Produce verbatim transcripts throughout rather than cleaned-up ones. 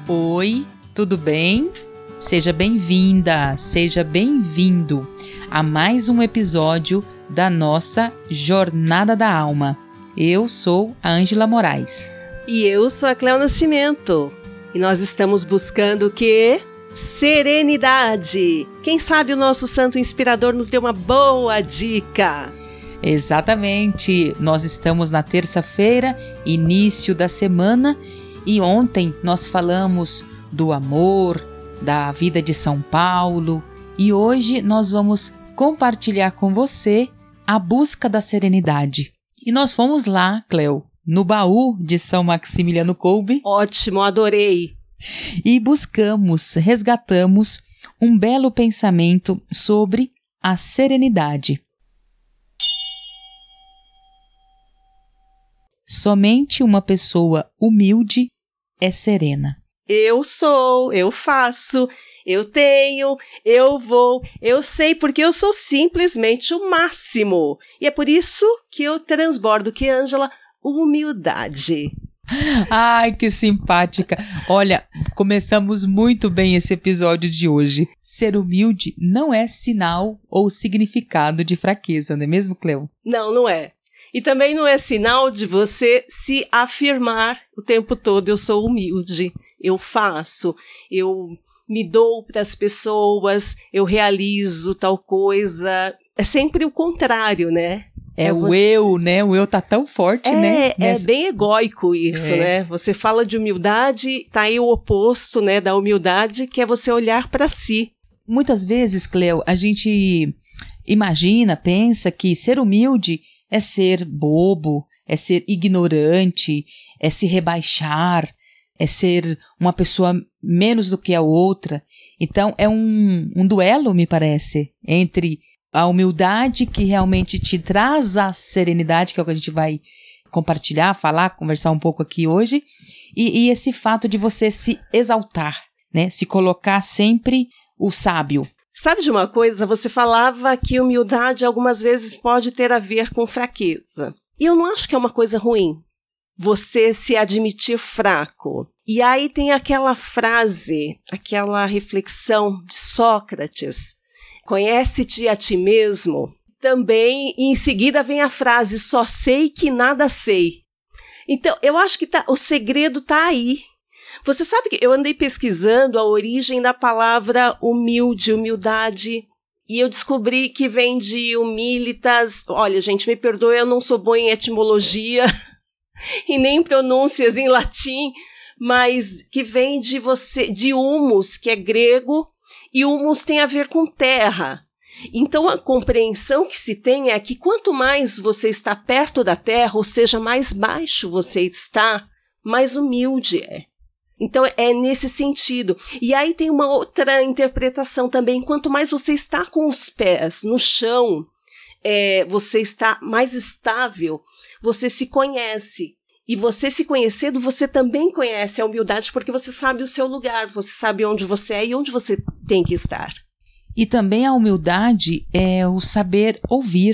Oi, tudo bem? Seja bem-vinda, seja bem-vindo a mais um episódio da nossa Jornada da Alma. Eu sou a Ângela Moraes. E eu sou a Cléo Nascimento. E nós estamos buscando o quê? Serenidade. Quem sabe o nosso santo inspirador nos deu uma boa dica. Exatamente. Nós estamos na terça-feira, início da semana, e ontem nós falamos do amor, da vida de São Paulo, e hoje nós vamos compartilhar com você a busca da serenidade. E nós fomos lá, Cléo, no baú de São Maximiliano Kolbe. Ótimo, adorei. E buscamos, resgatamos um belo pensamento sobre a serenidade. Somente uma pessoa humilde é serena. Eu sou, eu faço, eu tenho, eu vou, eu sei, porque eu sou simplesmente o máximo. E é por isso que eu transbordo, que, Ângela, humildade. Ai, que simpática. Olha, começamos muito bem esse episódio de hoje. Ser humilde não é sinal ou significado de fraqueza, não é mesmo, Cleo? Não, não é. E também não é sinal de você se afirmar o tempo todo, eu sou humilde, eu faço, eu me dou para as pessoas, eu realizo tal coisa. É sempre o contrário, né? É, é o você... eu, né? O eu tá tão forte, é, né? É Nessa... bem egóico isso, é. né? Você fala de humildade, tá aí o oposto, né, da humildade, que é você olhar para si. Muitas vezes, Cleo, a gente imagina, pensa que ser humilde é ser bobo, é ser ignorante, é se rebaixar, é ser uma pessoa menos do que a outra. Então, é um, um duelo, me parece, entre a humildade que realmente te traz a serenidade, que é o que a gente vai compartilhar, falar, conversar um pouco aqui hoje, e, e esse fato de você se exaltar, né? Se colocar sempre o sábio. Sabe de uma coisa? Você falava que humildade algumas vezes pode ter a ver com fraqueza. E eu não acho que é uma coisa ruim você se admitir fraco. E aí tem aquela frase, aquela reflexão de Sócrates: conhece-te a ti mesmo. Também, e em seguida vem a frase: só sei que nada sei. Então, eu acho que tá, o segredo está aí. Você sabe que eu andei pesquisando a origem da palavra humilde, humildade, e eu descobri que vem de humilitas. Olha, gente, me perdoe, eu não sou boa em etimologia e nem em pronúncias em latim, mas que vem de você, de humus, que é grego, e humus tem a ver com terra. Então, a compreensão que se tem é que quanto mais você está perto da terra, ou seja, mais baixo você está, mais humilde é. Então, é nesse sentido. E aí tem uma outra interpretação também. Quanto mais você está com os pés no chão, é, você está mais estável, você se conhece. E você se conhecendo, você também conhece a humildade, porque você sabe o seu lugar, você sabe onde você é e onde você tem que estar. E também a humildade é o saber ouvir,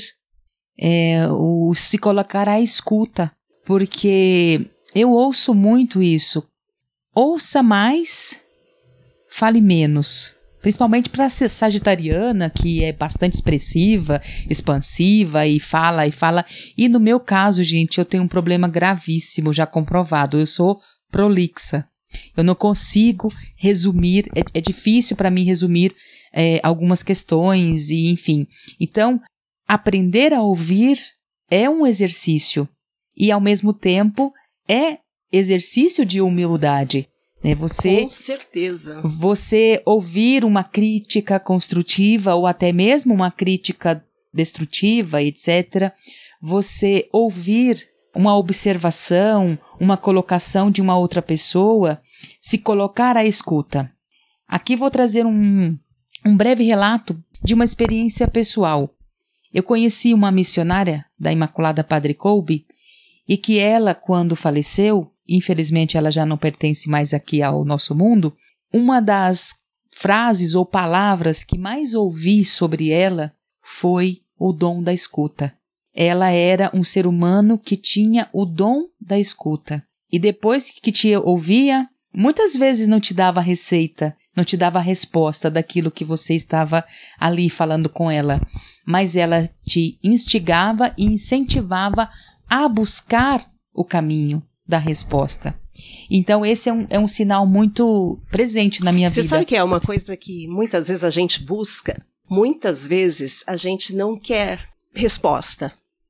é o se colocar à escuta, porque eu ouço muito isso. Ouça mais, fale menos. Principalmente para a sagitariana, que é bastante expressiva, expansiva e fala e fala. E no meu caso, gente, eu tenho um problema gravíssimo, já comprovado. Eu sou prolixa. Eu não consigo resumir, é, é difícil para mim resumir é, algumas questões, e enfim. Então, aprender a ouvir é um exercício. E, ao mesmo tempo, é exercício de humildade, né? Você, com certeza. Você ouvir uma crítica construtiva ou até mesmo uma crítica destrutiva, etcétera. Você ouvir uma observação, uma colocação de uma outra pessoa, se colocar à escuta. Aqui vou trazer um, um breve relato de uma experiência pessoal. Eu conheci uma missionária da Imaculada Padre Kolbe, e que ela, quando faleceu, infelizmente ela já não pertence mais aqui ao nosso mundo, uma das frases ou palavras que mais ouvi sobre ela foi o dom da escuta. Ela era um ser humano que tinha o dom da escuta. E depois que te ouvia, muitas vezes não te dava a receita, não te dava a resposta daquilo que você estava ali falando com ela, mas ela te instigava e incentivava a buscar o caminho da resposta. Então esse é um, é um sinal muito presente na minha Você vida. Você sabe que é uma coisa que muitas vezes a gente busca? Muitas vezes a gente não quer resposta.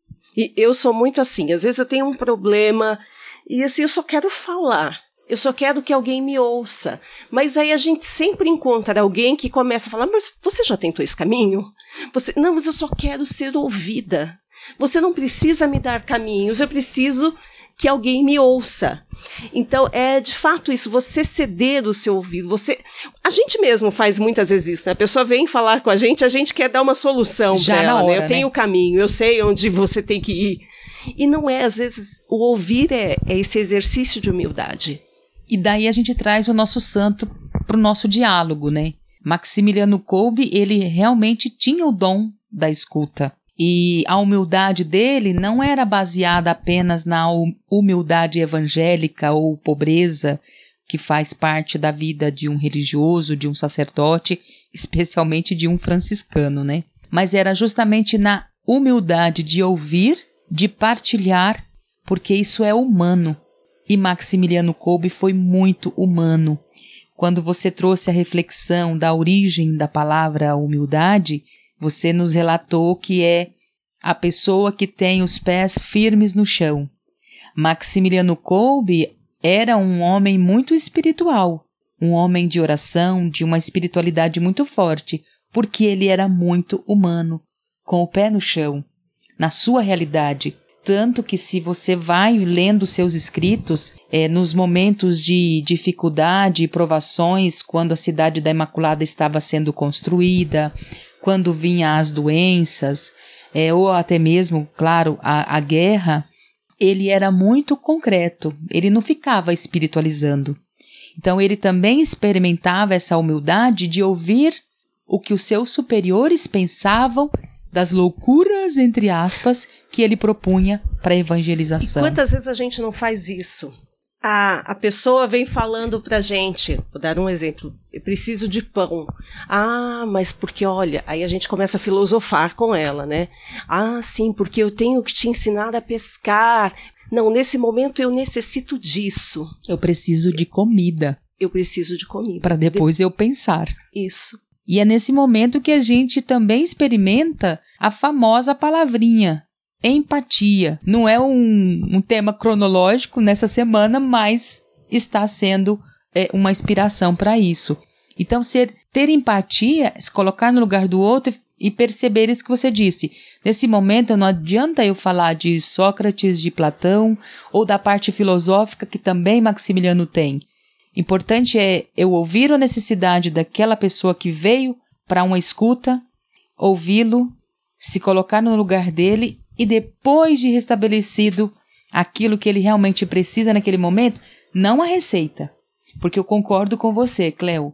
E eu sou muito assim, às vezes eu tenho um problema e assim, eu só quero falar. Eu só quero que alguém me ouça. Mas aí a gente sempre encontra alguém que começa a falar, mas você já tentou esse caminho? Você, não, mas eu só quero ser ouvida. Você não precisa me dar caminhos, eu preciso que alguém me ouça. Então, é de fato isso, você ceder o seu ouvido. Você, a gente mesmo faz muitas vezes isso, né? A pessoa vem falar com a gente, a gente quer dar uma solução para ela, hora, né? Eu tenho o né? caminho, eu sei onde você tem que ir. E não é, às vezes, o ouvir é, é esse exercício de humildade. E daí a gente traz o nosso santo para o nosso diálogo, né? Maximiliano Kolbe, ele realmente tinha o dom da escuta. E a humildade dele não era baseada apenas na humildade evangélica ou pobreza que faz parte da vida de um religioso, de um sacerdote, especialmente de um franciscano, né? Mas era justamente na humildade de ouvir, de partilhar, porque isso é humano. E Maximiliano Kolbe foi muito humano. Quando você trouxe a reflexão da origem da palavra humildade, você nos relatou que é a pessoa que tem os pés firmes no chão. Maximiliano Kolbe era um homem muito espiritual, um homem de oração, de uma espiritualidade muito forte, porque ele era muito humano, com o pé no chão, na sua realidade. Tanto que se você vai lendo seus escritos, é, nos momentos de dificuldade e provações, quando a cidade da Imaculada estava sendo construída, quando vinham as doenças, é, ou até mesmo, claro, a, a guerra, ele era muito concreto, ele não ficava espiritualizando. Então ele também experimentava essa humildade de ouvir o que os seus superiores pensavam das loucuras, entre aspas, que ele propunha para a evangelização. E quantas vezes a gente não faz isso? A, a pessoa vem falando pra gente, vou dar um exemplo, eu preciso de pão. Ah, mas porque olha, aí a gente começa a filosofar com ela, né? Ah, sim, porque eu tenho que te ensinar a pescar. Não, nesse momento eu necessito disso. Eu preciso de comida. Eu preciso de comida. Para depois de... eu pensar. Isso. E é nesse momento que a gente também experimenta a famosa palavrinha, empatia. Não é um, um tema cronológico nessa semana, mas está sendo é, uma inspiração para isso. Então, ser, ter empatia, se colocar no lugar do outro e perceber isso que você disse. Nesse momento, não adianta eu falar de Sócrates, de Platão, ou da parte filosófica que também Maximiliano tem. Importante é eu ouvir a necessidade daquela pessoa que veio para uma escuta, ouvi-lo, se colocar no lugar dele e depois de restabelecido aquilo que ele realmente precisa naquele momento, não a receita. Porque eu concordo com você, Cleo.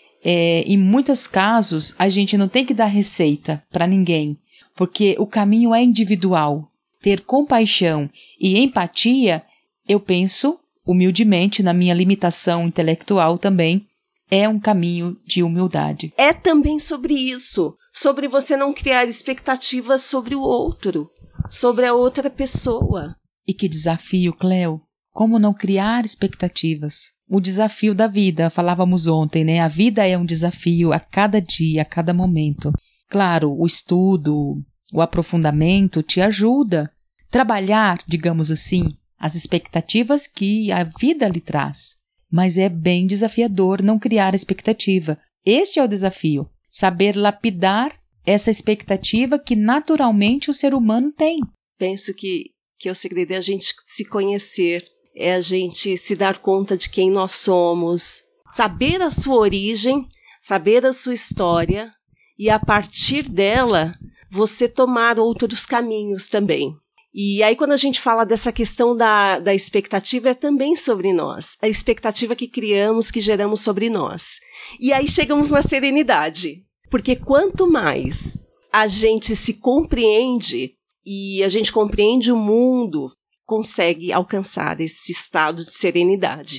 É, em muitos casos, a gente não tem que dar receita para ninguém, porque o caminho é individual. Ter compaixão e empatia, eu penso, humildemente, na minha limitação intelectual também, é um caminho de humildade. É também sobre isso, sobre você não criar expectativas sobre o outro, sobre a outra pessoa. E que desafio, Cleo! Como não criar expectativas? O desafio da vida, falávamos ontem, né? A vida é um desafio a cada dia, a cada momento. Claro, o estudo, o aprofundamento te ajuda. Trabalhar, digamos assim, as expectativas que a vida lhe traz. Mas é bem desafiador não criar expectativa. Este é o desafio. Saber lapidar essa expectativa que naturalmente o ser humano tem. Penso que, que o segredo é a gente se conhecer, é a gente se dar conta de quem nós somos, saber a sua origem, saber a sua história e a partir dela você tomar outros caminhos também. E aí quando a gente fala dessa questão da, da expectativa, é também sobre nós. A expectativa que criamos, que geramos sobre nós. E aí chegamos na serenidade. Porque quanto mais a gente se compreende e a gente compreende o mundo, consegue alcançar esse estado de serenidade.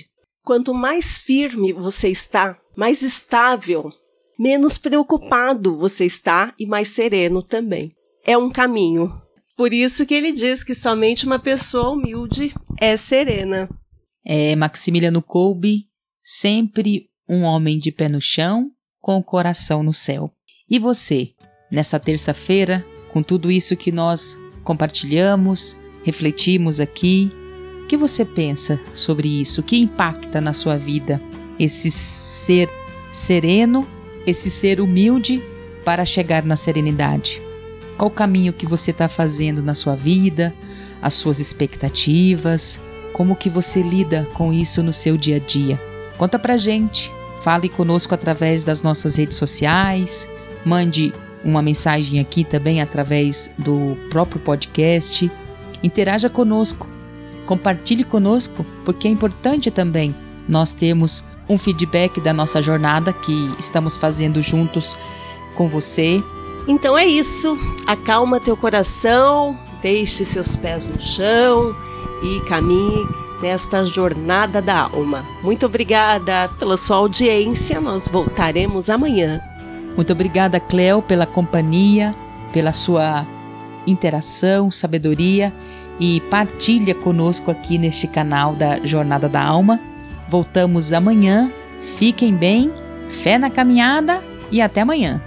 Quanto mais firme você está, mais estável, menos preocupado você está e mais sereno também. É um caminho. Por isso que ele diz que somente uma pessoa humilde é serena. É Maximiliano Kolbe, sempre um homem de pé no chão, com o coração no céu. E você, nessa terça-feira, com tudo isso que nós compartilhamos, refletimos aqui, o que você pensa sobre isso? O que impacta na sua vida esse ser sereno, esse ser humilde para chegar na serenidade? Qual o caminho que você está fazendo na sua vida, as suas expectativas, como que você lida com isso no seu dia a dia? Conta pra gente, fale conosco através das nossas redes sociais, mande uma mensagem aqui também através do próprio podcast, interaja conosco, compartilhe conosco, porque é importante também nós termos um feedback da nossa jornada que estamos fazendo juntos com você. Então é isso, acalma teu coração, deixe seus pés no chão e caminhe nesta jornada da alma. Muito obrigada pela sua audiência, nós voltaremos amanhã. Muito obrigada, Cleo, pela companhia, pela sua interação, sabedoria e partilha conosco aqui neste canal da Jornada da Alma. Voltamos amanhã, fiquem bem, fé na caminhada e até amanhã.